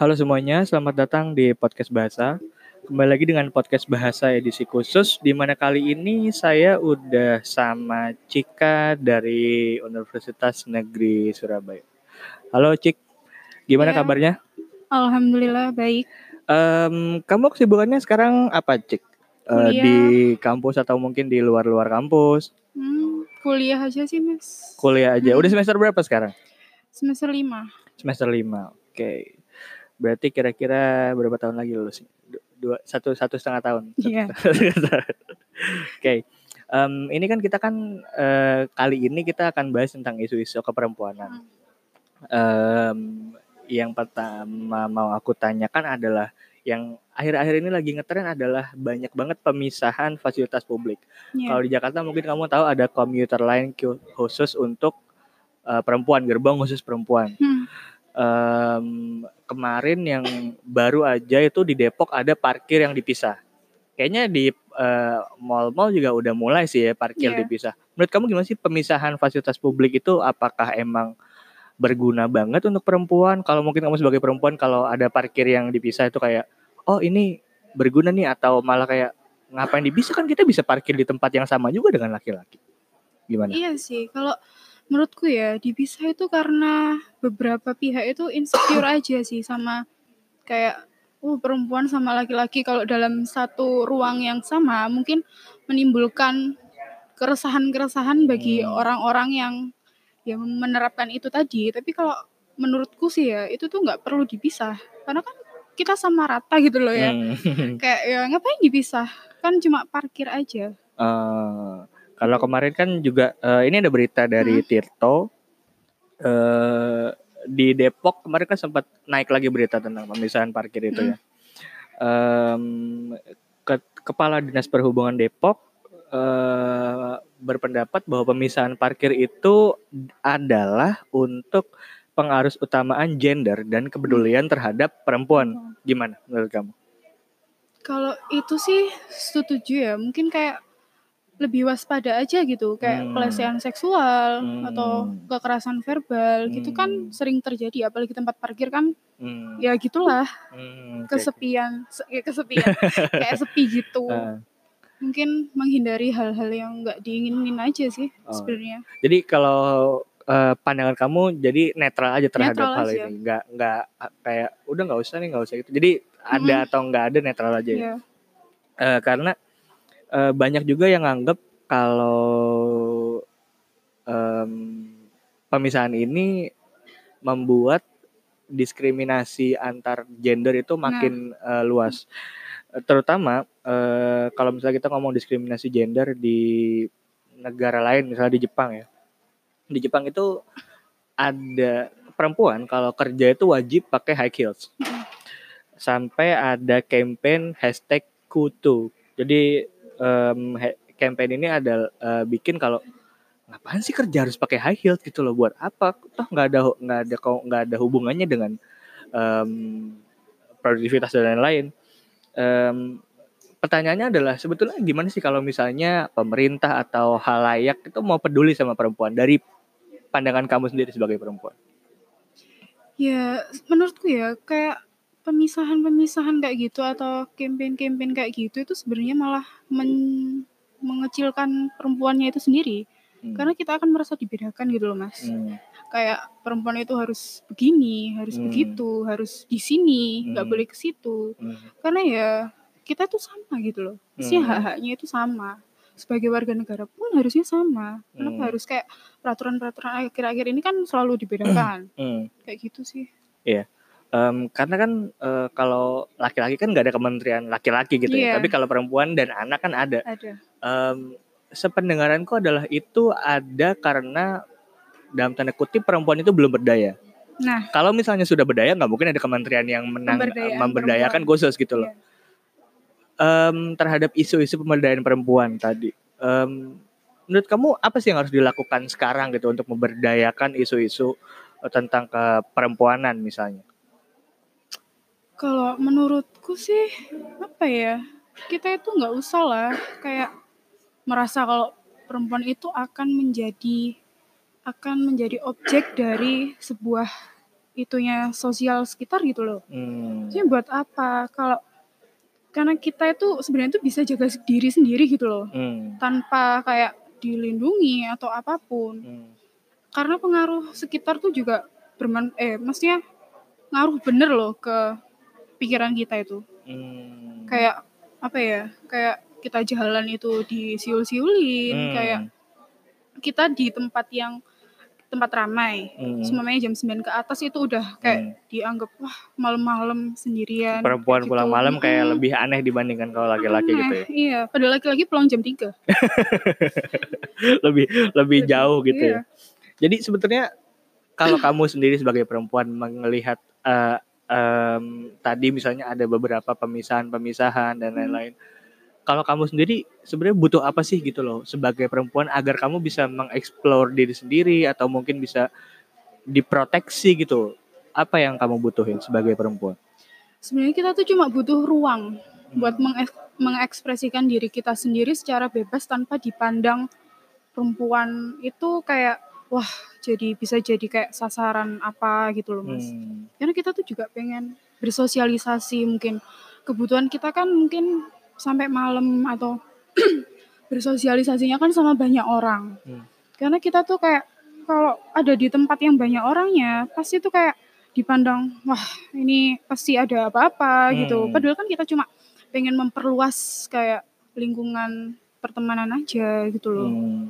Halo semuanya, selamat datang di podcast bahasa. Kembali lagi dengan podcast bahasa edisi khusus, di mana kali ini saya udah sama Cika dari Universitas Negeri Surabaya. Halo Cik, gimana Ya, kabarnya? alhamdulillah baik. Kamu kesibukannya sekarang apa Cik? Di Kuliah, kampus atau mungkin di luar-luar kampus? kuliah aja sih mas. Kuliah aja. Udah semester berapa sekarang? Semester 5. Semester 5. Oke. Berarti kira-kira berapa tahun lagi lulusnya? Satu setengah tahun. Iya. Oke. Ini kan kita kan kali ini kita akan bahas tentang isu-isu keperempuanan. Yang pertama mau aku tanyakan adalah yang akhir-akhir ini lagi ngetren adalah banyak banget pemisahan fasilitas publik. Iya. Kalau di Jakarta mungkin kamu tahu ada komuter line khusus untuk perempuan, gerbong khusus perempuan. Kemarin yang baru aja itu di Depok ada parkir yang dipisah. Kayaknya di mall-mall juga udah mulai sih ya parkir Iya. dipisah. Menurut kamu gimana sih pemisahan fasilitas publik itu, apakah emang berguna banget untuk perempuan? Kalau mungkin kamu sebagai perempuan kalau ada parkir yang dipisah itu kayak, oh ini berguna nih, atau malah kayak ngapain dipisah, kan kita bisa parkir di tempat yang sama juga dengan laki-laki. Gimana? Iya sih, kalau menurutku ya dipisah itu karena beberapa pihak itu insecure aja sih sama kayak perempuan sama laki-laki kalau dalam satu ruang yang sama mungkin menimbulkan keresahan-keresahan bagi orang-orang yang menerapkan itu tadi. Tapi kalau menurutku sih ya itu tuh nggak perlu dipisah karena kan kita sama rata gitu loh ya. Kayak ya ngapain dipisah, kan cuma parkir aja. Kalau kemarin kan juga ini ada berita dari Tirto, di Depok kemarin kan sempat naik lagi berita tentang pemisahan parkir itu ya. Kepala Dinas Perhubungan Depok berpendapat bahwa pemisahan parkir itu adalah untuk pengarus utamaan gender dan kepedulian terhadap perempuan. Gimana menurut kamu? Kalau itu sih setuju ya, mungkin kayak lebih waspada aja gitu, kayak pelecehan seksual atau kekerasan verbal gitu kan sering terjadi, apalagi tempat parkir kan ya gitulah, kesepian, kayak sepi gitu. Mungkin menghindari hal-hal yang nggak diinginin aja sih sebenarnya. Jadi kalau pandangan kamu jadi netral aja terhadap Netral hal aja. ini, nggak kayak udah nggak usah gitu. Jadi ada atau nggak ada, netral aja ya. Karena banyak juga yang nganggep kalau pemisahan ini membuat diskriminasi antar gender itu makin luas. Terutama kalau misalnya kita ngomong diskriminasi gender di negara lain, misalnya di Jepang ya. Di Jepang itu ada perempuan kalau kerja itu wajib pakai high heels. Sampai ada campaign #kutu. Jadi campaign ini ada bikin kalau ngapain sih kerja harus pakai high heels gitu loh, buat apa? Toh nggak ada hubungannya dengan produktivitas dan lain-lain. Pertanyaannya adalah sebetulnya gimana sih kalau misalnya pemerintah atau halayak itu mau peduli sama perempuan dari pandangan kamu sendiri sebagai perempuan? Ya, menurutku ya kayak pemisahan-pemisahan kayak gitu atau campaign-campaign kayak gitu itu sebenarnya malah mengecilkan perempuannya itu sendiri. Karena kita akan merasa dibedakan gitu loh, Mas. Kayak perempuan itu harus begini, harus begitu, harus di sini, nggak boleh ke situ. Karena ya kita tuh sama gitu loh. Maksudnya hak-haknya itu sama. Sebagai warga negara pun harusnya sama. Kenapa harus kayak peraturan-peraturan akhir-akhir ini kan selalu dibedakan. Kayak gitu sih. Iya. Karena kan kalau laki-laki kan nggak ada kementerian laki-laki gitu ya. Tapi kalau perempuan dan anak kan ada. Ada. Sependengaranku adalah itu ada karena dalam tanda kutip perempuan itu belum berdaya. Nah, kalau misalnya sudah berdaya nggak mungkin ada kementerian yang memberdayakan khusus gitu loh. Terhadap isu-isu pemberdayaan perempuan tadi. Menurut kamu apa sih yang harus dilakukan sekarang gitu untuk memberdayakan isu-isu tentang keperempuanan misalnya? Kalau menurutku sih apa ya, kita itu nggak usah lah kayak merasa kalau perempuan itu akan menjadi objek dari sebuah itunya sosial sekitar gitu loh. Maksudnya buat apa? Karena kita itu sebenarnya tuh bisa jaga diri sendiri gitu loh. Tanpa kayak dilindungi atau apapun. Karena pengaruh sekitar tuh juga maksudnya ngaruh bener loh ke pikiran kita itu. Kayak apa ya? Kayak kita jalan itu disiul-siulin, kayak kita di tempat ramai. Semuanya jam 9 ke atas itu udah kayak dianggap wah malam-malam sendirian. Perempuan gitu. pulang malam kayak lebih aneh dibandingkan kalau laki-laki gitu ya. Iya, padahal laki-laki pulang jam 3. lebih jauh gitu iya. ya. Jadi sebetulnya kalau kamu sendiri sebagai perempuan melihat tadi misalnya ada beberapa pemisahan dan lain-lain. Kalau kamu sendiri sebenarnya butuh apa sih gitu loh sebagai perempuan agar kamu bisa mengeksplor diri sendiri atau mungkin bisa diproteksi gitu. Apa yang kamu butuhin sebagai perempuan? Sebenarnya kita tuh cuma butuh ruang buat mengekspresikan diri kita sendiri secara bebas tanpa dipandang perempuan itu kayak wah bisa jadi kayak sasaran apa gitu loh Mas. Karena kita tuh juga pengen bersosialisasi, mungkin kebutuhan kita kan mungkin sampai malam atau bersosialisasinya kan sama banyak orang. Karena kita tuh kayak kalau ada di tempat yang banyak orangnya pasti tuh kayak dipandang wah ini pasti ada apa-apa gitu. Padahal kan kita cuma pengen memperluas kayak lingkungan pertemanan aja gitu loh.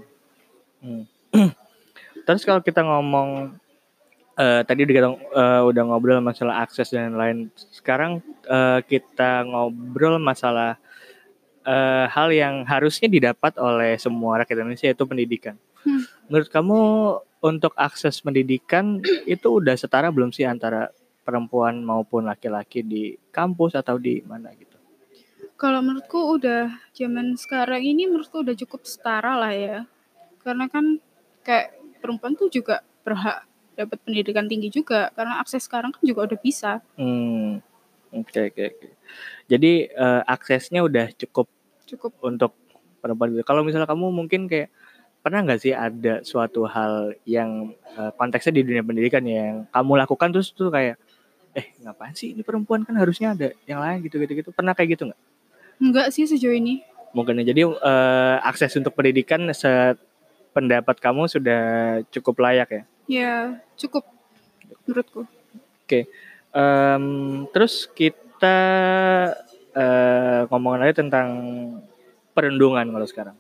Terus kalau kita ngomong tadi udah ngobrol masalah akses dan lain. Sekarang kita ngobrol masalah hal yang harusnya didapat oleh semua rakyat Indonesia, yaitu pendidikan. Menurut kamu untuk akses pendidikan itu udah setara belum sih antara perempuan maupun laki-laki di kampus atau di mana gitu? Kalau menurutku udah zaman sekarang ini menurutku udah cukup setara lah ya. Karena kan kayak perempuan tuh juga berhak dapat pendidikan tinggi juga karena akses sekarang kan juga udah bisa. Oke. Jadi aksesnya udah cukup untuk perempuan. Kalau misalnya kamu mungkin kayak pernah nggak sih ada suatu hal yang konteksnya di dunia pendidikan yang kamu lakukan terus tuh kayak ngapain sih ini perempuan kan harusnya ada yang lain gitu. Pernah kayak gitu nggak? Enggak sih sejauh ini. Mungkin jadi akses untuk pendidikan pendapat kamu sudah cukup layak ya? Ya cukup menurutku. Oke. Terus kita ngomongin lagi tentang perundungan kalau sekarang.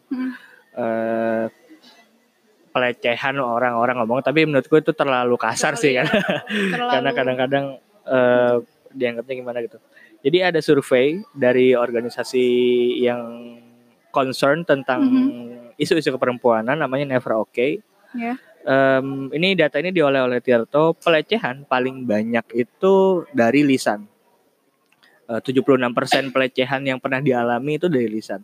Pelecehan orang-orang ngomong, tapi menurutku itu terlalu kasar sih kan. Karena kadang-kadang dianggapnya gimana gitu. Jadi ada survei dari organisasi yang concern tentang isu-isu keperempuanan, namanya Never Okay. Yeah. Ini data ini diolah oleh Tirto. Pelecehan paling banyak itu dari lisan. 76% pelecehan yang pernah dialami itu dari lisan.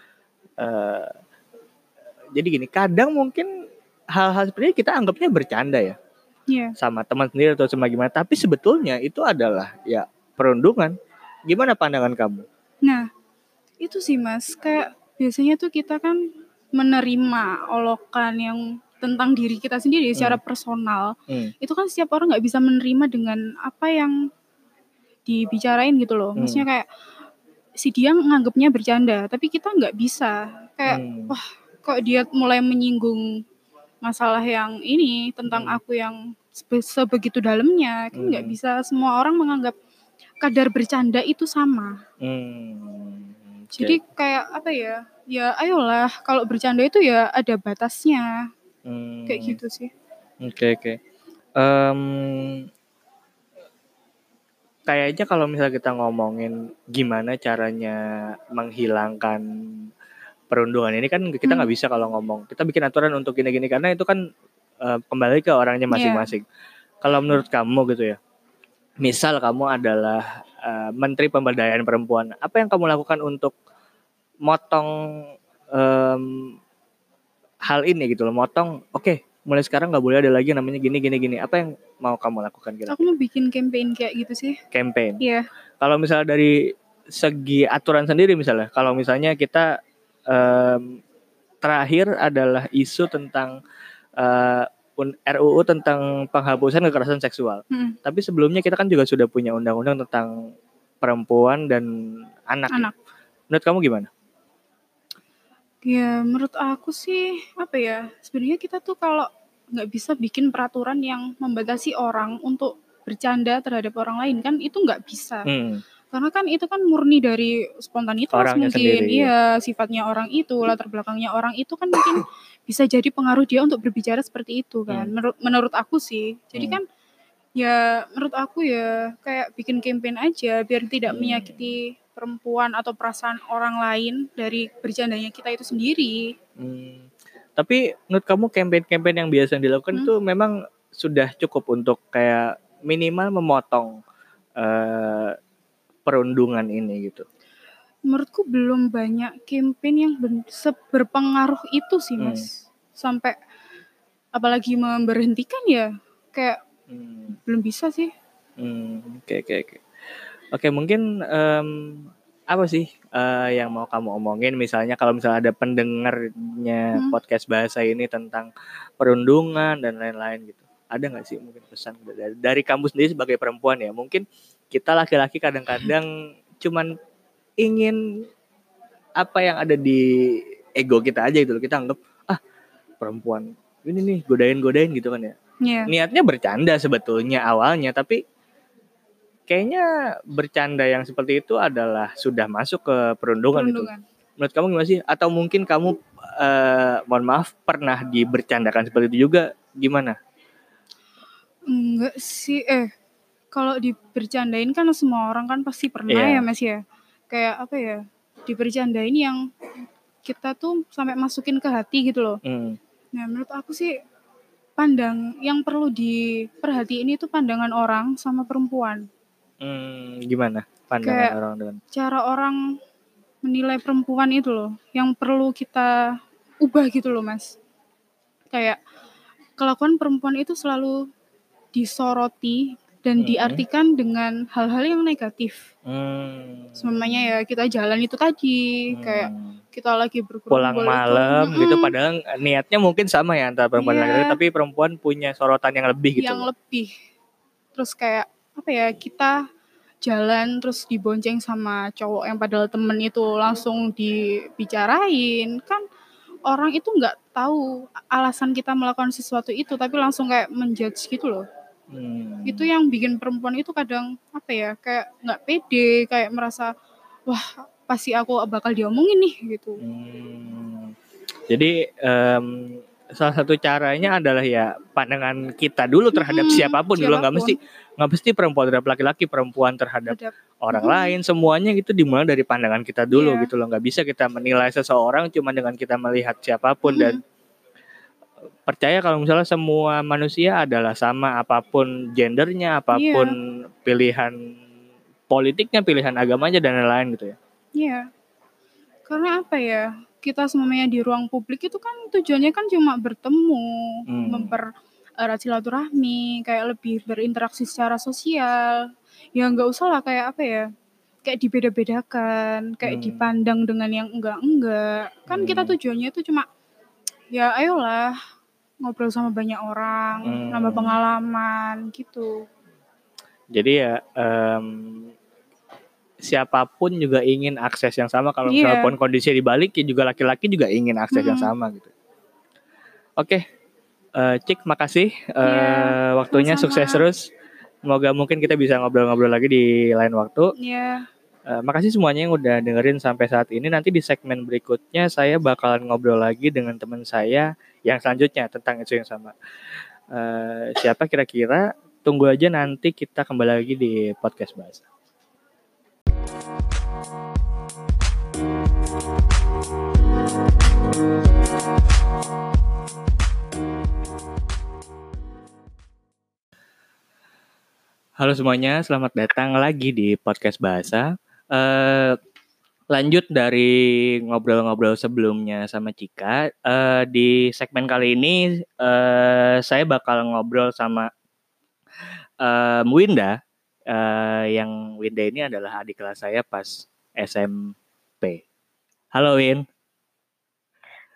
Jadi gini, kadang mungkin hal-hal seperti ini kita anggapnya bercanda ya, sama teman sendiri atau sama gimana. Tapi sebetulnya itu adalah ya perundungan. Gimana pandangan kamu? Nah, itu sih Mas, kayak biasanya tuh kita kan menerima olokan yang tentang diri kita sendiri secara personal. Itu kan setiap orang nggak bisa menerima dengan apa yang dibicarain gitu loh. Maksudnya kayak si dia nganggapnya bercanda, tapi kita nggak bisa. Kayak wah kok dia mulai menyinggung masalah yang ini tentang aku yang sebegitu dalamnya. Kan nggak bisa semua orang menganggap kadar bercanda itu sama. Jadi kayak apa ya? Ya ayolah kalau bercanda itu ya ada batasnya. Kayak gitu sih. Oke. Kayaknya kalau misalnya kita ngomongin gimana caranya menghilangkan perundungan ini kan kita nggak bisa kalau ngomong kita bikin aturan untuk gini-gini karena itu kan kembali ke orangnya masing-masing. Kalau menurut kamu gitu ya, misal kamu adalah Menteri Pemberdayaan Perempuan, apa yang kamu lakukan untuk motong hal ini gitu loh, motong mulai sekarang nggak boleh ada lagi namanya gini. Apa yang mau kamu lakukan kira-kira? Aku mau bikin campaign kayak gitu sih. Campaign? Iya. Kalau misalnya dari segi aturan sendiri misalnya, kalau misalnya kita terakhir adalah isu tentang RUU tentang penghapusan kekerasan seksual. Tapi sebelumnya kita kan juga sudah punya undang-undang tentang perempuan dan anak. Ya. Menurut kamu gimana? Ya menurut aku sih apa ya, sebenarnya kita tuh kalau nggak bisa bikin peraturan yang membatasi orang untuk bercanda terhadap orang lain kan itu nggak bisa. Karena kan itu kan murni dari spontanitas orangnya mungkin sendiri, iya sifatnya orang itu, latar belakangnya orang itu kan mungkin bisa jadi pengaruh dia untuk berbicara seperti itu kan. Menurut aku sih. Jadi kan ya menurut aku ya kayak bikin campaign aja biar tidak menyakiti perempuan atau perasaan orang lain dari bercandanya kita itu sendiri. Tapi menurut kamu campaign-campaign yang biasa dilakukan itu memang sudah cukup untuk kayak minimal memotong perundungan ini gitu? Menurutku belum banyak campaign yang berpengaruh itu sih Mas. Sampai apalagi memberhentikan ya kayak belum bisa sih. Oke, mungkin apa sih yang mau kamu omongin misalnya kalau misalnya ada pendengarnya podcast bahasa ini tentang perundungan dan lain-lain gitu. Ada nggak sih mungkin pesan dari kamu sendiri sebagai perempuan ya? Mungkin kita laki-laki kadang-kadang cuman ingin apa yang ada di ego kita aja gitu loh. Kita anggap perempuan ini nih godain gitu kan ya. Niatnya bercanda sebetulnya awalnya, tapi kayaknya bercanda yang seperti itu adalah sudah masuk ke perundungan. Gitu. Menurut kamu gimana sih? Atau mungkin kamu mohon maaf pernah dibercandakan seperti itu juga gimana? Enggak sih, kalau dibercandain kan semua orang kan pasti pernah ya Mas ya. Kayak apa ya, dibercandain yang kita tuh sampai masukin ke hati gitu loh. Nah menurut aku sih yang perlu diperhatiin itu pandangan orang sama perempuan. Gimana pandangan kayak orang dengan cara orang menilai perempuan itu loh, yang perlu kita ubah gitu loh Mas. Kayak kelakuan perempuan itu selalu disoroti dan diartikan dengan hal-hal yang negatif. Semuanya ya kita jalan itu tadi, kayak kita lagi berkumpul pulang malam gitu, padahal niatnya mungkin sama ya antara perempuan dan laki-laki, tapi perempuan punya sorotan yang lebih gitu. Yang lebih. Terus kayak apa ya, kita jalan terus dibonceng sama cowok yang padahal temen itu langsung dibicarain, kan orang itu nggak tahu alasan kita melakukan sesuatu itu, tapi langsung kayak menjudge gitu loh. Itu yang bikin perempuan itu kadang apa ya, kayak nggak pede, kayak merasa wah pasti aku bakal diomongin nih gitu. Jadi salah satu caranya adalah ya pandangan kita dulu terhadap siapapun dulu, nggak mesti perempuan terhadap laki-laki, perempuan terhadap orang lain, semuanya gitu dimulai dari pandangan kita dulu gitu loh. Nggak bisa kita menilai seseorang cuma dengan kita melihat siapapun. Dan percaya kalau misalnya semua manusia adalah sama, apapun gendernya, apapun pilihan politiknya, pilihan agamanya dan lain-lain gitu ya. Iya. Karena apa ya, kita semuanya di ruang publik itu kan tujuannya kan cuma bertemu, mempererat silaturahmi, kayak lebih berinteraksi secara sosial. Ya nggak usah lah kayak apa ya, kayak dibeda-bedakan, kayak dipandang dengan yang enggak. Kan kita tujuannya itu cuma ya ayolah ngobrol sama banyak orang, nambah pengalaman gitu. Jadi ya siapapun juga ingin akses yang sama. Kalau misalnya pun kondisi dibalik, ya juga laki-laki juga ingin akses yang sama gitu. Oke, Cik, makasih waktunya, sama. Sukses terus. Semoga mungkin kita bisa ngobrol-ngobrol lagi di lain waktu. Makasih semuanya yang udah dengerin sampai saat ini. Nanti di segmen berikutnya saya bakalan ngobrol lagi dengan teman saya yang selanjutnya tentang isu yang sama. Siapa kira-kira? Tunggu aja, nanti kita kembali lagi di podcast bahasa. Halo semuanya, selamat datang lagi di podcast bahasa. Lanjut dari ngobrol-ngobrol sebelumnya sama Cika, di segmen kali ini saya bakal ngobrol sama Winda. Yang Winda ini adalah adik kelas saya pas SMP. Halo Win.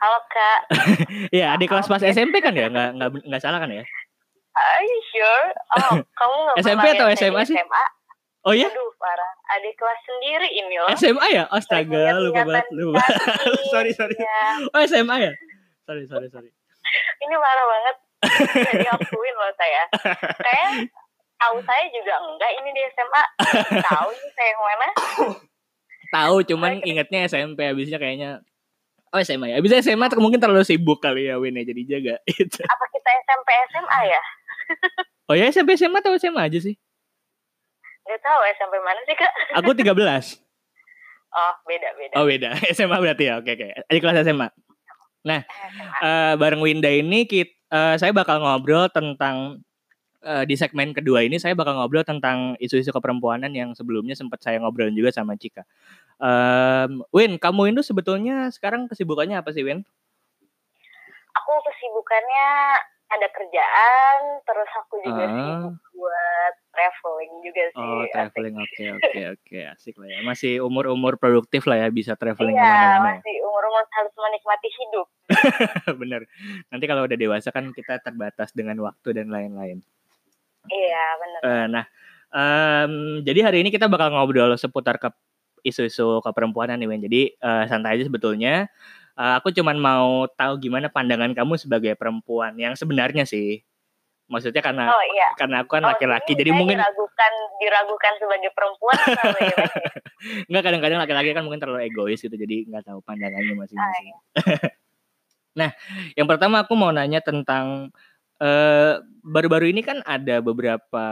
Halo Kak. Iya, adik kelas pas SMP kan ya? Nggak salah kan ya? Are you sure? Oh, kamu nggak SMP pernah atau lihat saya SMA di sih? SMA? Oh ya? Aduh, parah. Adik kelas sendiri ini loh. SMA ya? Sering Astaga, lihat lupa banget. Sorry. Ya. Oh, SMA ya? Sorry. Ini parah banget. Jadi akuin loh saya. Kayak tahu saya juga enggak ini di SMA. Tahu ini saya yang mana? Tahu, cuman ingatnya SMP, habisnya kayaknya SMA ya. Abisnya SMA mungkin terlalu sibuk kali ya Win ya, jadi jaga itu. Apa kita SMP SMA ya? Oh ya, SMP SMA atau SMA aja sih? Gak tahu SMP mana sih Kak? Aku 13. Oh, beda. Oh, beda. SMA berarti ya. Oke. Adik kelas SMA. Nah, bareng Winda ini saya bakal ngobrol tentang di segmen kedua ini saya bakal ngobrol tentang isu-isu keperempuanan yang sebelumnya sempat saya ngobrolin juga sama Cika. Win, kamu itu sebetulnya sekarang kesibukannya apa sih, Win? Aku kesibukannya ada kerjaan, terus aku juga sibuk buat traveling juga sih. Oh, traveling. Oke. Asik lah ya. Masih umur-umur produktif lah ya, bisa traveling kemana-mana. Iya, ya. masih umur-umur harus menikmati hidup. Bener. Nanti kalau udah dewasa kan kita terbatas dengan waktu dan lain-lain. Iya, benar. Nah, jadi hari ini kita bakal ngobrol seputar isu-isu keperempuanan nih, Win. Jadi santai aja sebetulnya. Aku cuman mau tahu gimana pandangan kamu sebagai perempuan yang sebenarnya sih. Maksudnya karena aku kan laki-laki, jadi mungkin diragukan sebagai perempuan atau bagaimana? Enggak, kadang-kadang laki-laki kan mungkin terlalu egois gitu, jadi nggak tahu pandangannya masing-masing. Nah, yang pertama aku mau nanya tentang baru-baru ini kan ada beberapa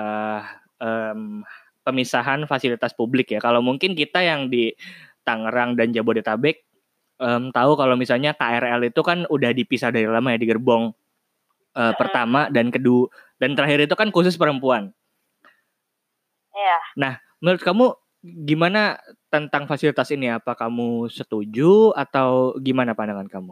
pemisahan fasilitas publik ya. Kalau mungkin kita yang di Tangerang dan Jabodetabek tahu kalau misalnya KRL itu kan udah dipisah dari lama ya, di gerbong pertama dan kedua dan terakhir itu kan khusus perempuan. Iya. Nah, menurut kamu gimana tentang fasilitas ini? Apa kamu setuju atau gimana pandangan kamu?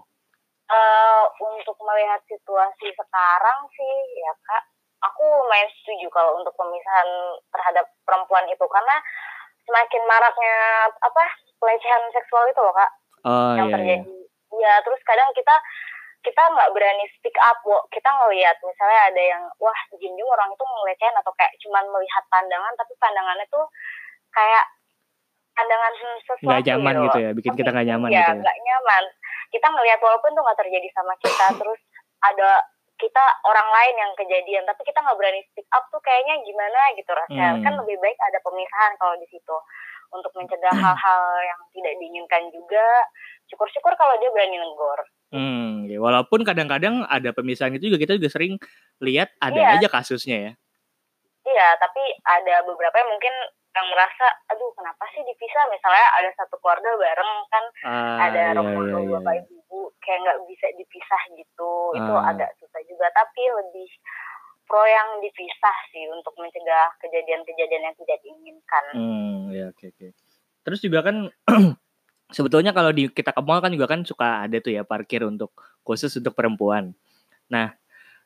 Untuk melihat situasi sekarang sih ya Kak, aku lumayan setuju kalau untuk pemisahan terhadap perempuan itu, karena semakin maraknya pelecehan seksual itu loh Kak, yang terjadi. Ya, terus kadang kita nggak berani speak up, kita ngelihat misalnya ada yang jinjing orang itu melecehin atau kayak cuman melihat pandangan, tapi pandangannya tuh kayak pandangan sesuatu nggak nyaman gitu ya, bikin kita nggak nyaman ya, gitu ya. Nggak nyaman. Kita ngelihat walaupun tuh nggak terjadi sama kita, terus ada kita orang lain yang kejadian, tapi kita nggak berani speak up tuh kayaknya gimana gitu rasanya. Kan lebih baik ada pemisahan kalau di situ untuk mencegah hal-hal yang tidak diinginkan juga. Syukur-syukur kalau dia berani negor. Ya, walaupun kadang-kadang ada pemisahan itu juga kita juga sering lihat ada aja kasusnya ya. Iya, tapi ada beberapa yang mungkin yang merasa, aduh kenapa sih dipisah, misalnya ada satu keluarga bareng kan, ada rombongan bapak ibu, kayak nggak bisa dipisah gitu, itu agak susah juga, tapi lebih pro yang dipisah sih untuk mencegah kejadian-kejadian yang tidak diinginkan. Ya, oke. Terus juga kan sebetulnya kalau kita ke mall kan juga kan suka ada tuh ya parkir khusus untuk perempuan. Nah,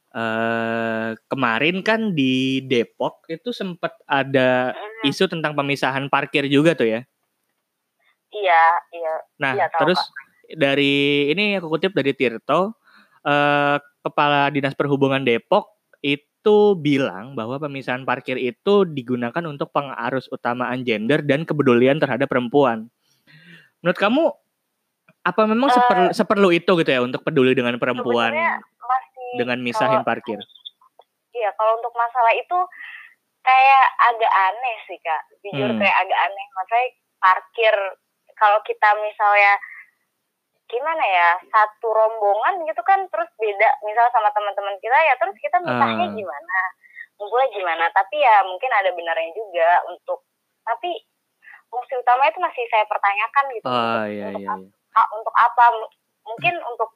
kemarin kan di Depok itu sempat ada isu tentang pemisahan parkir juga tuh ya. Iya. Nah, iya, terus Kak. dari ini aku kutip dari Tirto, Kepala Dinas Perhubungan Depok itu bilang bahwa pemisahan parkir itu digunakan untuk pengarus utamaan gender dan kepedulian terhadap perempuan. Menurut kamu apa memang seperlu itu gitu ya untuk peduli dengan perempuan dengan misahin parkir? Iya, kalau untuk masalah itu kayak agak aneh sih Kak, jujur kayak agak aneh. Maksudnya parkir kalau kita misalnya gimana ya, satu rombongan gitu kan, terus beda misalnya sama teman-teman kita ya, terus kita misahnya gimana, ngumpulnya gimana. Tapi ya mungkin ada benarnya juga tapi fungsi utama itu masih saya pertanyakan gitu. Untuk apa? Mungkin untuk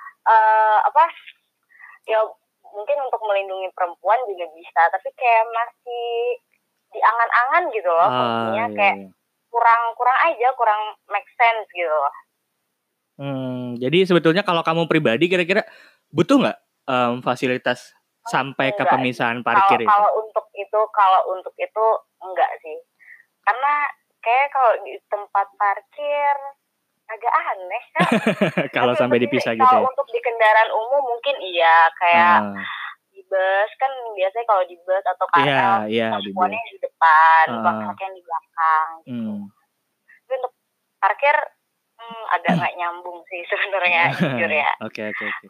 ya mungkin untuk melindungi perempuan juga bisa, tapi kayak masih di angan-angan gitu loh fungsinya. Kayak kurang aja, kurang make sense gitu loh. Jadi sebetulnya kalau kamu pribadi kira-kira butuh nggak fasilitas sampai ke pemisahan parkir itu? Kalau untuk itu enggak sih, karena kayak kalau di tempat parkir agak aneh kan. Kalau Tapi sampai untuk dipisah gitu kalau ya. untuk di kendaraan umum mungkin iya, kayak Ah, di bus kan biasanya kalau di bus atau KRL iya di bus. perempuannya di depan, Ah, laki-laki yang di belakang gitu. Tapi untuk parkir agak nggak nyambung sih sebenarnya, jujur ya. Oke.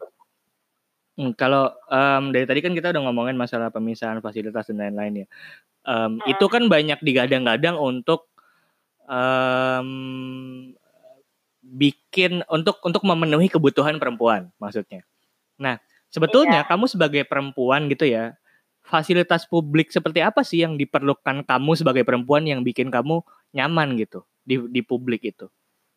Kalau dari tadi kan kita udah ngomongin masalah pemisahan fasilitas dan lain-lain ya. Itu kan banyak digadang-gadang untuk bikin untuk memenuhi kebutuhan perempuan maksudnya. Nah, sebetulnya kamu sebagai perempuan gitu ya, fasilitas publik seperti apa sih yang diperlukan kamu sebagai perempuan yang bikin kamu nyaman gitu di publik itu?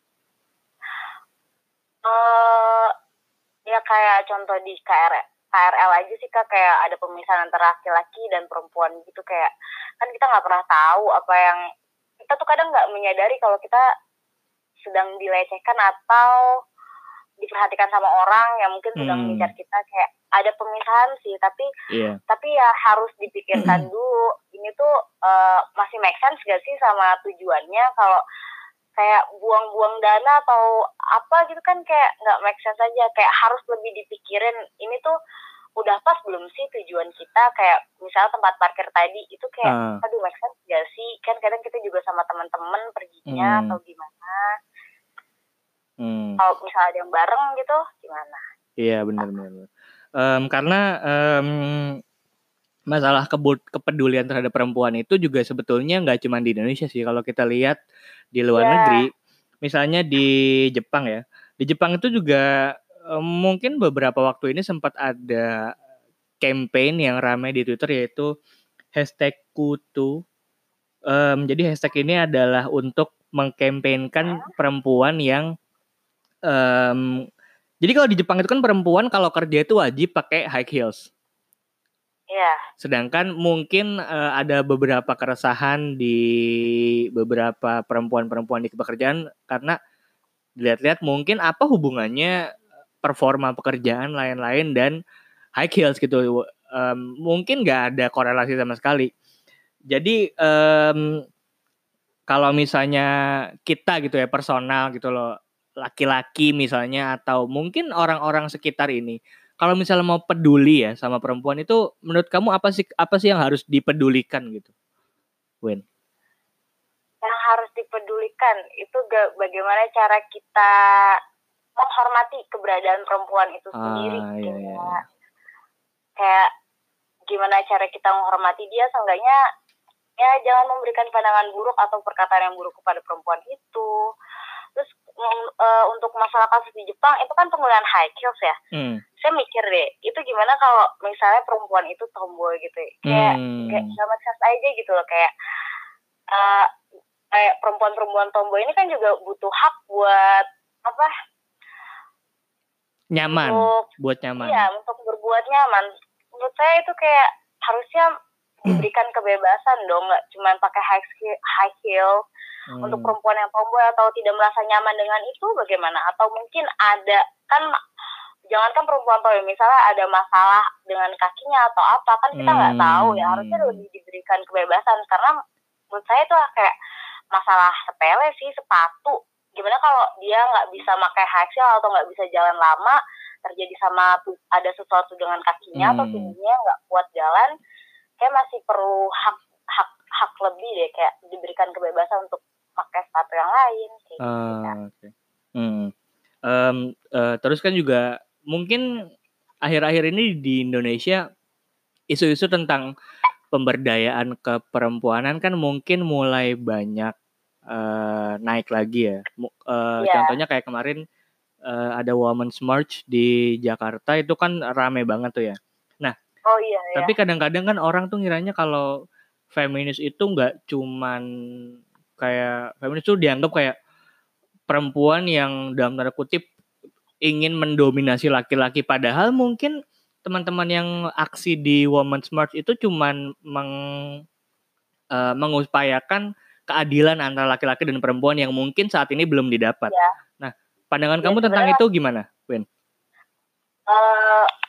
Ya kayak contoh di KRL aja sih Kak, kayak ada pemisahan antara laki-laki dan perempuan gitu, kayak kan kita nggak pernah tahu apa yang kita tuh kadang nggak menyadari kalau kita sedang dilecehkan atau diperhatikan sama orang yang mungkin sedang mengejar kita, kayak ada pemisahan sih, tapi ya harus dipikirkan dulu ini tuh masih make sense gak sih sama tujuannya. Kalau kayak buang-buang dana atau apa gitu kan kayak nggak make sense aja, kayak harus lebih dipikirin ini tuh udah pas belum sih tujuan kita. Kayak misalnya tempat parkir tadi itu kayak aduh make sense gak sih, kan kadang kita juga sama teman-teman perginya atau gimana. Kalau misalnya ada yang bareng gitu gimana? Iya benar. Karena masalah kepedulian terhadap perempuan itu juga sebetulnya nggak cuma di Indonesia sih. Kalau kita lihat di luar negeri, misalnya di Jepang ya. Di Jepang itu juga mungkin beberapa waktu ini sempat ada campaign yang ramai di Twitter yaitu #kutu. Jadi hashtag ini adalah untuk mengkampanyekan perempuan yang jadi kalau di Jepang itu kan perempuan kalau kerja itu wajib pakai high heels. Iya. Sedangkan mungkin ada beberapa keresahan di beberapa perempuan-perempuan di pekerjaan karena dilihat-lihat mungkin apa hubungannya performa pekerjaan lain-lain dan high heels gitu. Mungkin nggak ada korelasi sama sekali. Jadi kalau misalnya kita gitu ya personal gitu loh, laki-laki misalnya atau mungkin orang-orang sekitar ini, kalau misalnya mau peduli ya sama perempuan itu menurut kamu apa sih yang harus dipedulikan gitu, Wen? Yang harus dipedulikan itu bagaimana cara kita menghormati keberadaan perempuan itu sendiri. Kayak gimana cara kita menghormati dia, seenggaknya ya jangan memberikan pandangan buruk atau perkataan yang buruk kepada perempuan itu. Terus untuk masalah kasus di Jepang itu kan penggunaan high heels ya. Saya mikir deh, itu gimana kalau misalnya perempuan itu tomboy gitu ya. Kayak gak make sense aja gitu loh, kayak perempuan-perempuan tomboy ini kan juga butuh hak buat apa? Nyaman, buat nyaman. Iya, untuk berbuat nyaman. Menurut saya itu kayak harusnya diberikan kebebasan dong, nggak cuma pakai high heel. Untuk perempuan yang tomboy atau tidak merasa nyaman dengan itu bagaimana? Atau mungkin ada kan, jangankan perempuan tomboy, misalnya ada masalah dengan kakinya atau apa, kan kita nggak tahu ya, harusnya lebih diberikan kebebasan. Karena menurut saya itu kayak masalah sepele sih, sepatu. Gimana kalau dia nggak bisa pakai high heel atau nggak bisa jalan lama, terjadi sama ada sesuatu dengan kakinya atau tubuhnya nggak kuat jalan, kayak masih perlu hak lebih deh, kayak diberikan kebebasan untuk pakai sepatu yang lain kayak gitu. Terus kan juga mungkin akhir-akhir ini di Indonesia isu-isu tentang pemberdayaan keperempuanan kan mungkin mulai banyak naik lagi ya. Contohnya kayak kemarin ada Women's March di Jakarta, itu kan rame banget tuh ya. Nah, tapi kadang-kadang kan orang tuh ngiranya kalau feminis itu nggak cuman kayak feminis tuh dianggap kayak perempuan yang dalam tanda kutip ingin mendominasi laki-laki, padahal mungkin teman-teman yang aksi di Women's March itu cuman mengupayakan keadilan antara laki-laki dan perempuan yang mungkin saat ini belum didapat. Nah, pandangan kamu tentang itu gimana, Wen?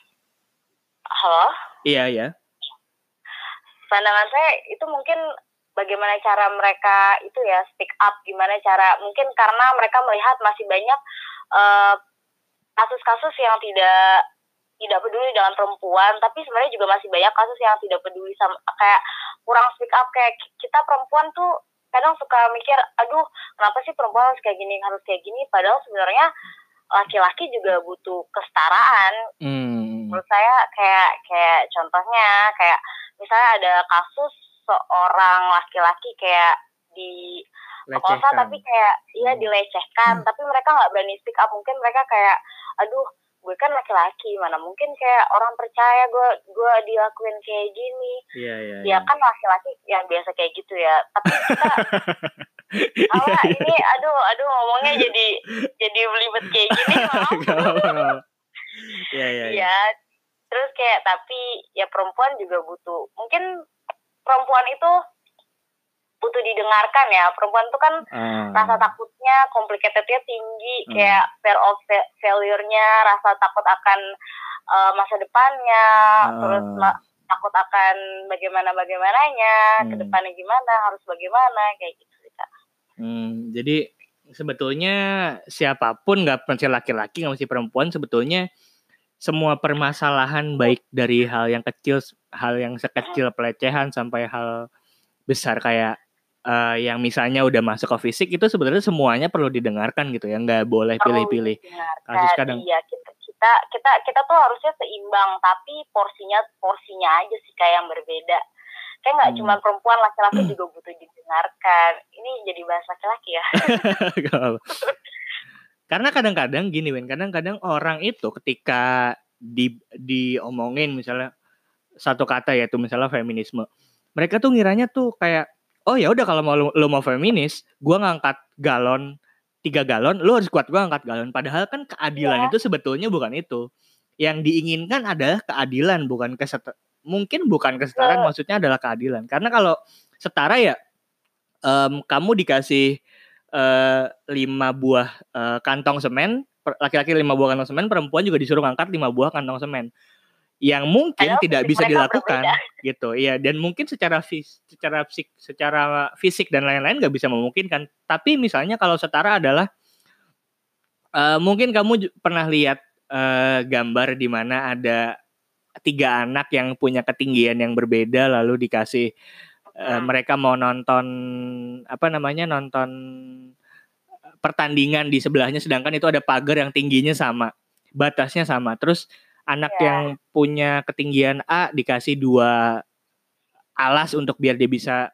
Halo? Iya. Pandangan saya itu mungkin bagaimana cara mereka itu ya speak up, gimana cara, mungkin karena mereka melihat masih banyak kasus-kasus yang tidak peduli dengan perempuan, tapi sebenarnya juga masih banyak kasus yang tidak peduli sama, kayak kurang speak up. Kayak kita perempuan tuh kadang suka mikir, aduh kenapa sih perempuan harus kayak gini, padahal sebenarnya laki-laki juga butuh kesetaraan. Menurut saya kayak contohnya kayak misalnya ada kasus seorang laki-laki kayak diperkosa tapi kayak dilecehkan, tapi mereka nggak berani speak up. Mungkin mereka kayak, aduh gue kan laki-laki, mana mungkin kayak orang percaya gue dilakuin kayak gini. Ya kan laki-laki yang biasa kayak gitu ya, tapi kita ini aduh ngomongnya jadi belibet kayak gini. Ya terus kayak, tapi ya perempuan juga butuh, mungkin perempuan itu butuh didengarkan ya. Perempuan itu kan rasa takutnya, complicatednya tinggi, kayak fear of failure-nya, rasa takut akan masa depannya, terus takut akan bagaimana-bagaimananya, ke depannya gimana, harus bagaimana, kayak gitu sih Kak. Jadi sebetulnya siapapun, nggak mesti laki-laki, nggak mesti perempuan, sebetulnya semua permasalahan baik dari hal yang sekecil pelecehan sampai hal besar kayak yang misalnya udah masuk ke fisik, itu sebenarnya semuanya perlu didengarkan gitu ya, nggak boleh pilih-pilih. Kasus kadang kita tuh harusnya seimbang, tapi porsinya aja sih kayak yang berbeda. Kayak nggak cuma perempuan, laki-laki juga butuh didengarkan. Ini jadi bahas laki-laki ya. Karena kadang-kadang gini Wen, kadang-kadang orang itu ketika diomongin misalnya satu kata yaitu misalnya feminisme, mereka tuh ngiranya tuh kayak, oh ya udah kalau lo mau feminis, gue ngangkat 3 galon, lo harus kuat gue ngangkat galon. Padahal kan keadilan itu sebetulnya bukan itu. Yang diinginkan adalah keadilan, mungkin bukan kesetaraan, maksudnya adalah keadilan. Karena kalau setara ya, kamu dikasih 5 buah kantong semen, laki-laki 5 buah kantong semen, perempuan juga disuruh ngangkat 5 buah kantong semen. Yang mungkin tidak bisa dilakukan gitu. Iya, dan mungkin secara fisik dan lain-lain nggak bisa memungkinkan. Tapi misalnya kalau setara adalah mungkin kamu pernah lihat gambar di mana ada 3 anak yang punya ketinggian yang berbeda, lalu dikasih mereka mau nonton pertandingan di sebelahnya, sedangkan itu ada pagar yang tingginya sama, batasnya sama. Terus anak yang punya ketinggian A dikasih 2 alas untuk biar dia bisa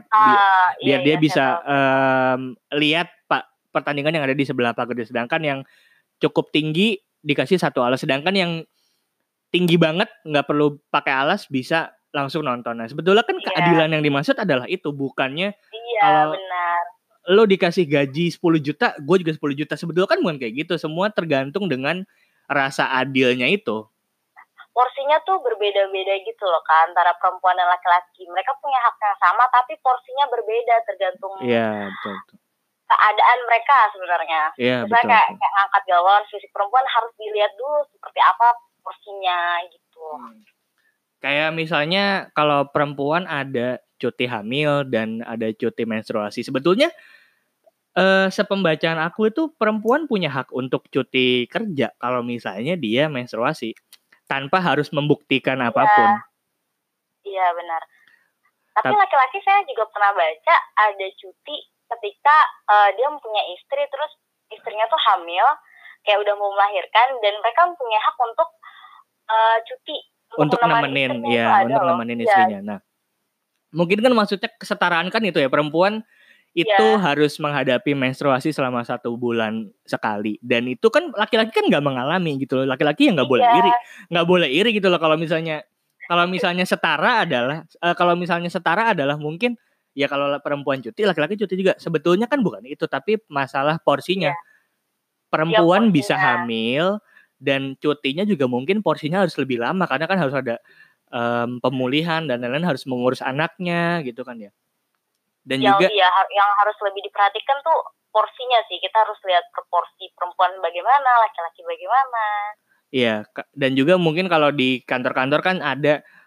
lihat pertandingan yang ada di sebelah pagar. Sedangkan yang cukup tinggi dikasih 1 alas, sedangkan yang tinggi banget nggak perlu pakai alas, bisa langsung nonton. Nah sebetulnya kan keadilan yang dimaksud adalah itu, bukannya kalau lo dikasih gaji 10 juta, gue juga 10 juta. Sebetulnya kan bukan kayak gitu. Semua tergantung dengan rasa adilnya itu. Porsinya tuh berbeda-beda gitu loh Kak, antara perempuan dan laki-laki. Mereka punya hak yang sama, tapi porsinya berbeda tergantung keadaan mereka sebenarnya. Misalnya kayak ngangkat galon, fisik perempuan harus dilihat dulu seperti apa porsinya gitu. Kayak misalnya kalau perempuan ada cuti hamil dan ada cuti menstruasi. Sebetulnya sepembacaan aku itu perempuan punya hak untuk cuti kerja kalau misalnya dia menstruasi, tanpa harus membuktikan apapun. Iya benar. Tapi laki-laki saya juga pernah baca ada cuti ketika dia mempunyai istri, terus istrinya tuh hamil, kayak udah mau melahirkan, dan mereka mempunyai hak untuk cuti untuk nemenin istrinya. Nah, mungkin kan maksudnya kesetaraan kan itu ya, perempuan itu harus menghadapi menstruasi selama 1 bulan sekali, dan itu kan laki-laki kan nggak mengalami gitu loh. Laki-laki yang nggak boleh iri gitu loh. Kalau misalnya setara adalah mungkin ya kalau perempuan cuti, laki-laki cuti juga. Sebetulnya kan bukan itu, tapi masalah porsinya. Perempuan bisa hamil dan cutinya juga mungkin porsinya harus lebih lama, karena kan harus ada pemulihan dan lain-lain, harus mengurus anaknya gitu kan ya. Dan yang harus lebih diperhatikan tuh porsinya sih. Kita harus lihat proporsi perempuan bagaimana, laki-laki bagaimana. Iya, dan juga mungkin kalau di kantor-kantor kan ada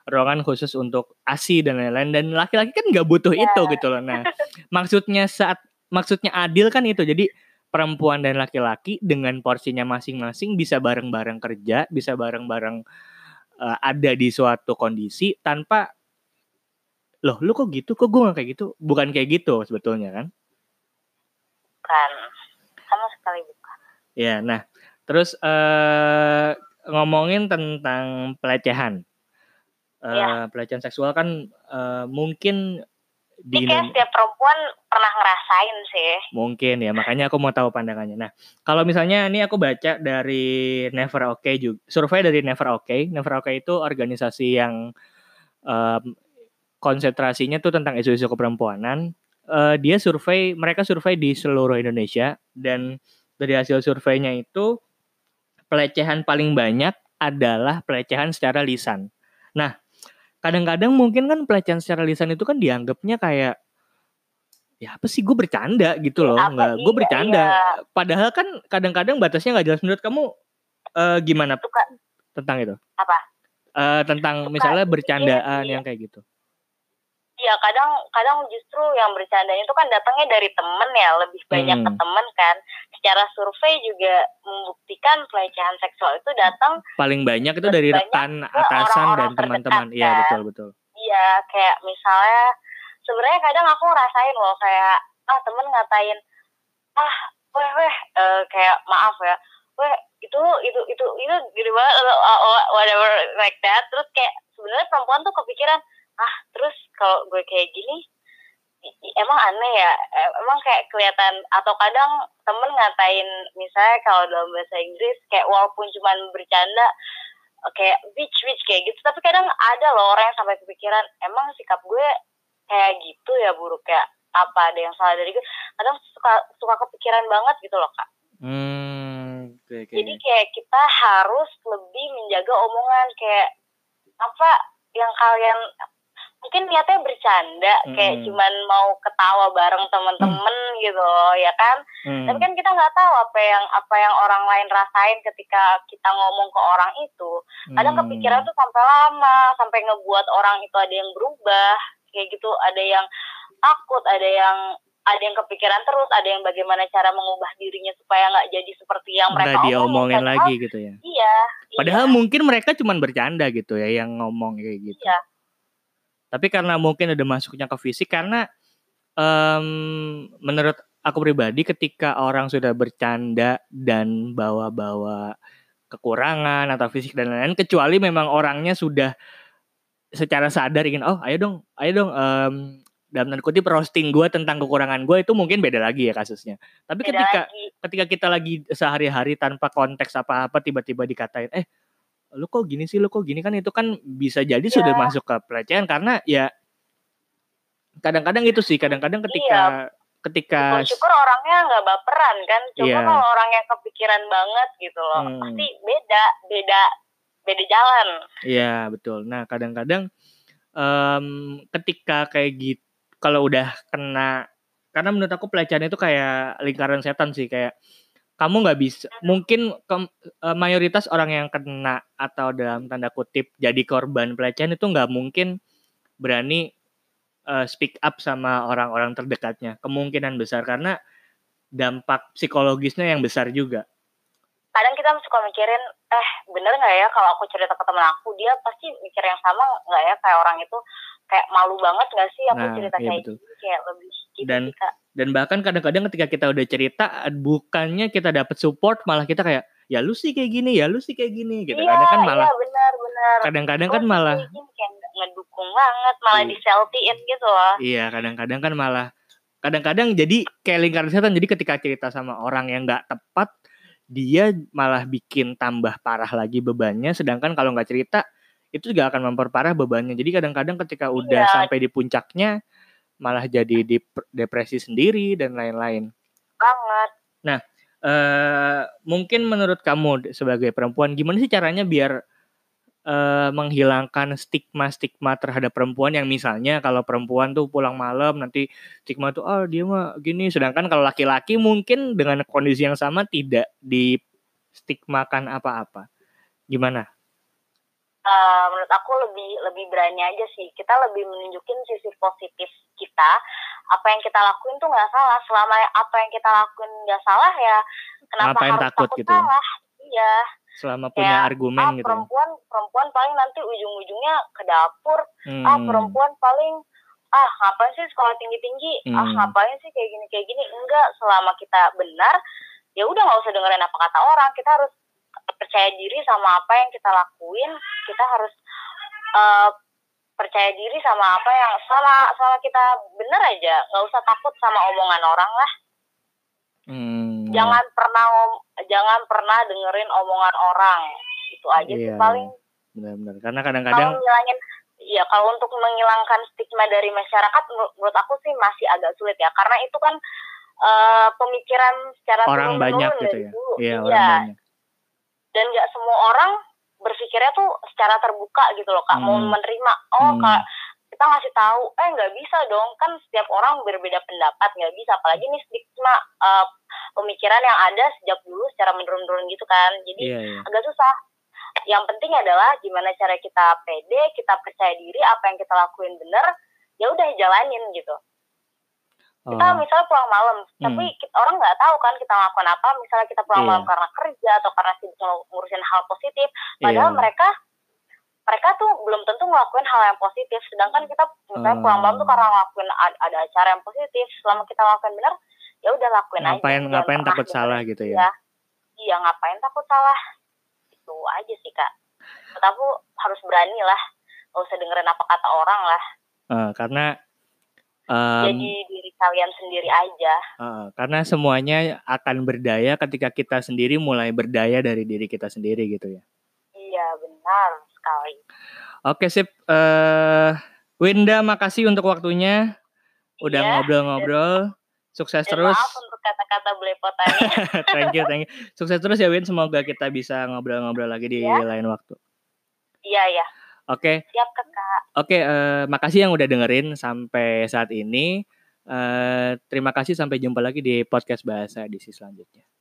ruangan khusus untuk ASI dan lain-lain, dan laki-laki kan nggak butuh itu gitu loh. Nah, maksudnya adil kan itu. Jadi perempuan dan laki-laki dengan porsinya masing-masing bisa bareng-bareng kerja, bisa bareng-bareng ada di suatu kondisi tanpa loh lu kok gitu, kok gue gak kayak gitu. Bukan kayak gitu sebetulnya kan. Bukan, sama sekali bukan. Ya, nah terus ngomongin tentang pelecehan. Pelecehan seksual kan mungkin di kayak setiap perempuan pernah ngerasain sih. Mungkin ya, makanya aku mau tahu pandangannya. Nah, kalau misalnya ini aku baca dari Never Okay juga, survei dari Never Okay. Never Okay itu organisasi yang konsentrasinya tuh tentang isu-isu keperempuanan. Mereka survei di seluruh Indonesia, dan dari hasil surveinya itu pelecehan paling banyak adalah pelecehan secara lisan. Nah, kadang-kadang mungkin kan pelecehan secara lisan itu kan dianggapnya kayak ya apa sih, gue bercanda gitu loh, nggak, gue bercanda. Iya. Padahal kan kadang-kadang batasnya nggak jelas. Menurut kamu gimana tentang itu? Apa? Tentang misalnya bercandaan yang kayak gitu. Iya, kadang justru yang bercandanya itu kan datangnya dari temen ya, lebih banyak ke temen kan. Secara survei juga membuktikan pelecehan seksual itu datang paling banyak itu dari rekan, atasan, dan teman-teman. Iya, betul. Iya, kayak misalnya sebenarnya kadang aku ngerasain loh kayak temen ngatain kayak maaf ya, itu gini banget, whatever like that. Terus kayak sebenarnya perempuan tuh kepikiran terus kalau gue kayak gini emang aneh ya, emang kayak kelihatan. Atau kadang temen ngatain misalnya kalau dalam bahasa Inggris kayak walaupun cuma bercanda kayak bitch kayak gitu, tapi kadang ada loh orang yang sampai kepikiran emang sikap gue kayak gitu ya, buruk ya, apa ada yang salah dari gue. Kadang suka kepikiran banget gitu loh Kak. Okay. Jadi kayak kita harus lebih menjaga omongan, kayak apa yang kalian mungkin niatnya bercanda, kayak cuman mau ketawa bareng temen-temen gitu loh, ya kan. Tapi kan kita nggak tahu apa yang orang lain rasain ketika kita ngomong ke orang itu. Kadang kepikiran tuh sampai lama, sampai ngebuat orang itu ada yang berubah kayak gitu, ada yang takut, ada yang kepikiran terus, ada yang bagaimana cara mengubah dirinya supaya nggak jadi seperti yang mereka diomongin lagi gitu ya. Iya. Padahal mungkin mereka cuma bercanda gitu ya yang ngomong kayak gitu. Iya. Tapi karena mungkin ada masuknya ke fisik, karena menurut aku pribadi ketika orang sudah bercanda dan bawa-bawa kekurangan atau fisik dan lain-lain, kecuali memang orangnya sudah secara sadar ingin ayo dong dalam tanda kutip roasting gue tentang kekurangan gue, itu mungkin beda lagi ya kasusnya. Tapi ketika kita lagi sehari-hari tanpa konteks apa-apa tiba-tiba dikatain lu kok gini sih, lu kok gini, kan itu kan bisa jadi sudah masuk ke pelecehan. Karena ya kadang-kadang itu sih, kadang-kadang ketika syukur orangnya nggak baperan kan. Coba kalau orang yang kepikiran banget gitu loh, pasti beda jalan. Iya betul. Nah kadang-kadang ketika kayak gitu, kalau udah kena, karena menurut aku pelecehan itu kayak lingkaran setan sih, kayak kamu nggak bisa, mungkin mayoritas orang yang kena atau dalam tanda kutip jadi korban pelecehan itu nggak mungkin berani speak up sama orang-orang terdekatnya, kemungkinan besar, karena dampak psikologisnya yang besar juga. Kadang kita suka mikirin, bener nggak ya kalau aku cerita ke teman aku, dia pasti mikir yang sama nggak ya kayak orang itu, kayak malu banget nggak sih aku cerita kayak gitu, kayak lebih gitu sih Kak. Dan bahkan kadang-kadang ketika kita udah cerita, bukannya kita dapat support, malah kita kayak ya lu sih kayak gini, ya lu sih kayak gini gitu. Iya, kadang kan malah benar. Kadang-kadang kan malah kayak ngedukung banget, malah diselfiein gitu loh. Iya, kadang-kadang kan malah jadi kayak lingkaran setan. Jadi ketika cerita sama orang yang nggak tepat, dia malah bikin tambah parah lagi bebannya. Sedangkan kalau nggak cerita, itu juga akan memperparah bebannya. Jadi kadang-kadang ketika udah sampai di puncaknya, malah jadi depresi sendiri dan lain-lain. Banget. Nah, mungkin menurut kamu sebagai perempuan, gimana sih caranya biar menghilangkan stigma terhadap perempuan, yang misalnya kalau perempuan tuh pulang malam nanti stigma tuh dia mah gini, sedangkan kalau laki-laki mungkin dengan kondisi yang sama tidak di stigmakan apa-apa. Gimana? menurut aku lebih berani aja sih. Kita lebih menunjukin sisi positif kita. Apa yang kita lakuin tuh nggak salah. Selama apa yang kita lakuin nggak salah ya, kenapa Ngapain harus takut takut gitu ya? salah? Iya. Selama punya Kayak argumen gitu ya. perempuan paling nanti ujung-ujungnya ke dapur. Hmm. Perempuan paling ngapain sih sekolah tinggi-tinggi? Ngapain sih kayak gini? Enggak, selama kita benar, ya udah nggak usah dengerin apa kata orang. Kita harus percaya diri sama apa yang kita lakuin. Kita harus percaya diri sama apa yang sama kita bener aja, nggak usah takut sama omongan orang lah. Jangan pernah dengerin omongan orang, itu aja sih paling. Benar-benar, karena kadang-kadang kalau untuk menghilangkan stigma dari masyarakat, menurut aku sih masih agak sulit ya, karena itu kan pemikiran secara orang banyak gitu ya. Iya, orang banyak. Dan nggak semua orang berpikirnya tuh secara terbuka gitu loh, Kak. Mau menerima, Kak, kita ngasih tahu, nggak bisa dong, kan setiap orang berbeda pendapat, nggak bisa. Apalagi nih stigma pemikiran yang ada sejak dulu secara menurun-menurun gitu kan. Jadi agak susah. Yang penting adalah gimana cara kita pede, kita percaya diri, apa yang kita lakuin bener, ya udah jalanin gitu. Kita misalnya pulang malam, tapi orang nggak tahu kan kita ngelakuin apa. Misalnya kita pulang malam karena kerja atau karena sibuk ngurusin hal positif, padahal mereka tuh belum tentu ngelakuin hal yang positif. Sedangkan kita misalnya pulang malam tuh karena ngelakuin ada acara yang positif. Selama kita ngelakuin benar, ya udah lakuin aja. Ngapain takut salah gitu ya? Iya, ngapain takut salah? Itu aja sih, Kak. Menurut aku harus berani lah, nggak usah dengerin apa kata orang lah. Karena jadi diri kalian sendiri aja. Karena semuanya akan berdaya ketika kita sendiri mulai berdaya dari diri kita sendiri gitu ya. Iya, benar sekali. Oke, sip. Winda, makasih untuk waktunya. Udah ngobrol-ngobrol. Sukses terus. Maaf untuk kata-kata belepotannya. Thank you. Sukses terus ya, Win. Semoga kita bisa ngobrol-ngobrol lagi di lain waktu. Iya. Oke. Siap, Kakak. Oke, makasih yang udah dengerin sampai saat ini. Terima kasih, sampai jumpa lagi di podcast Bahasa edisi selanjutnya.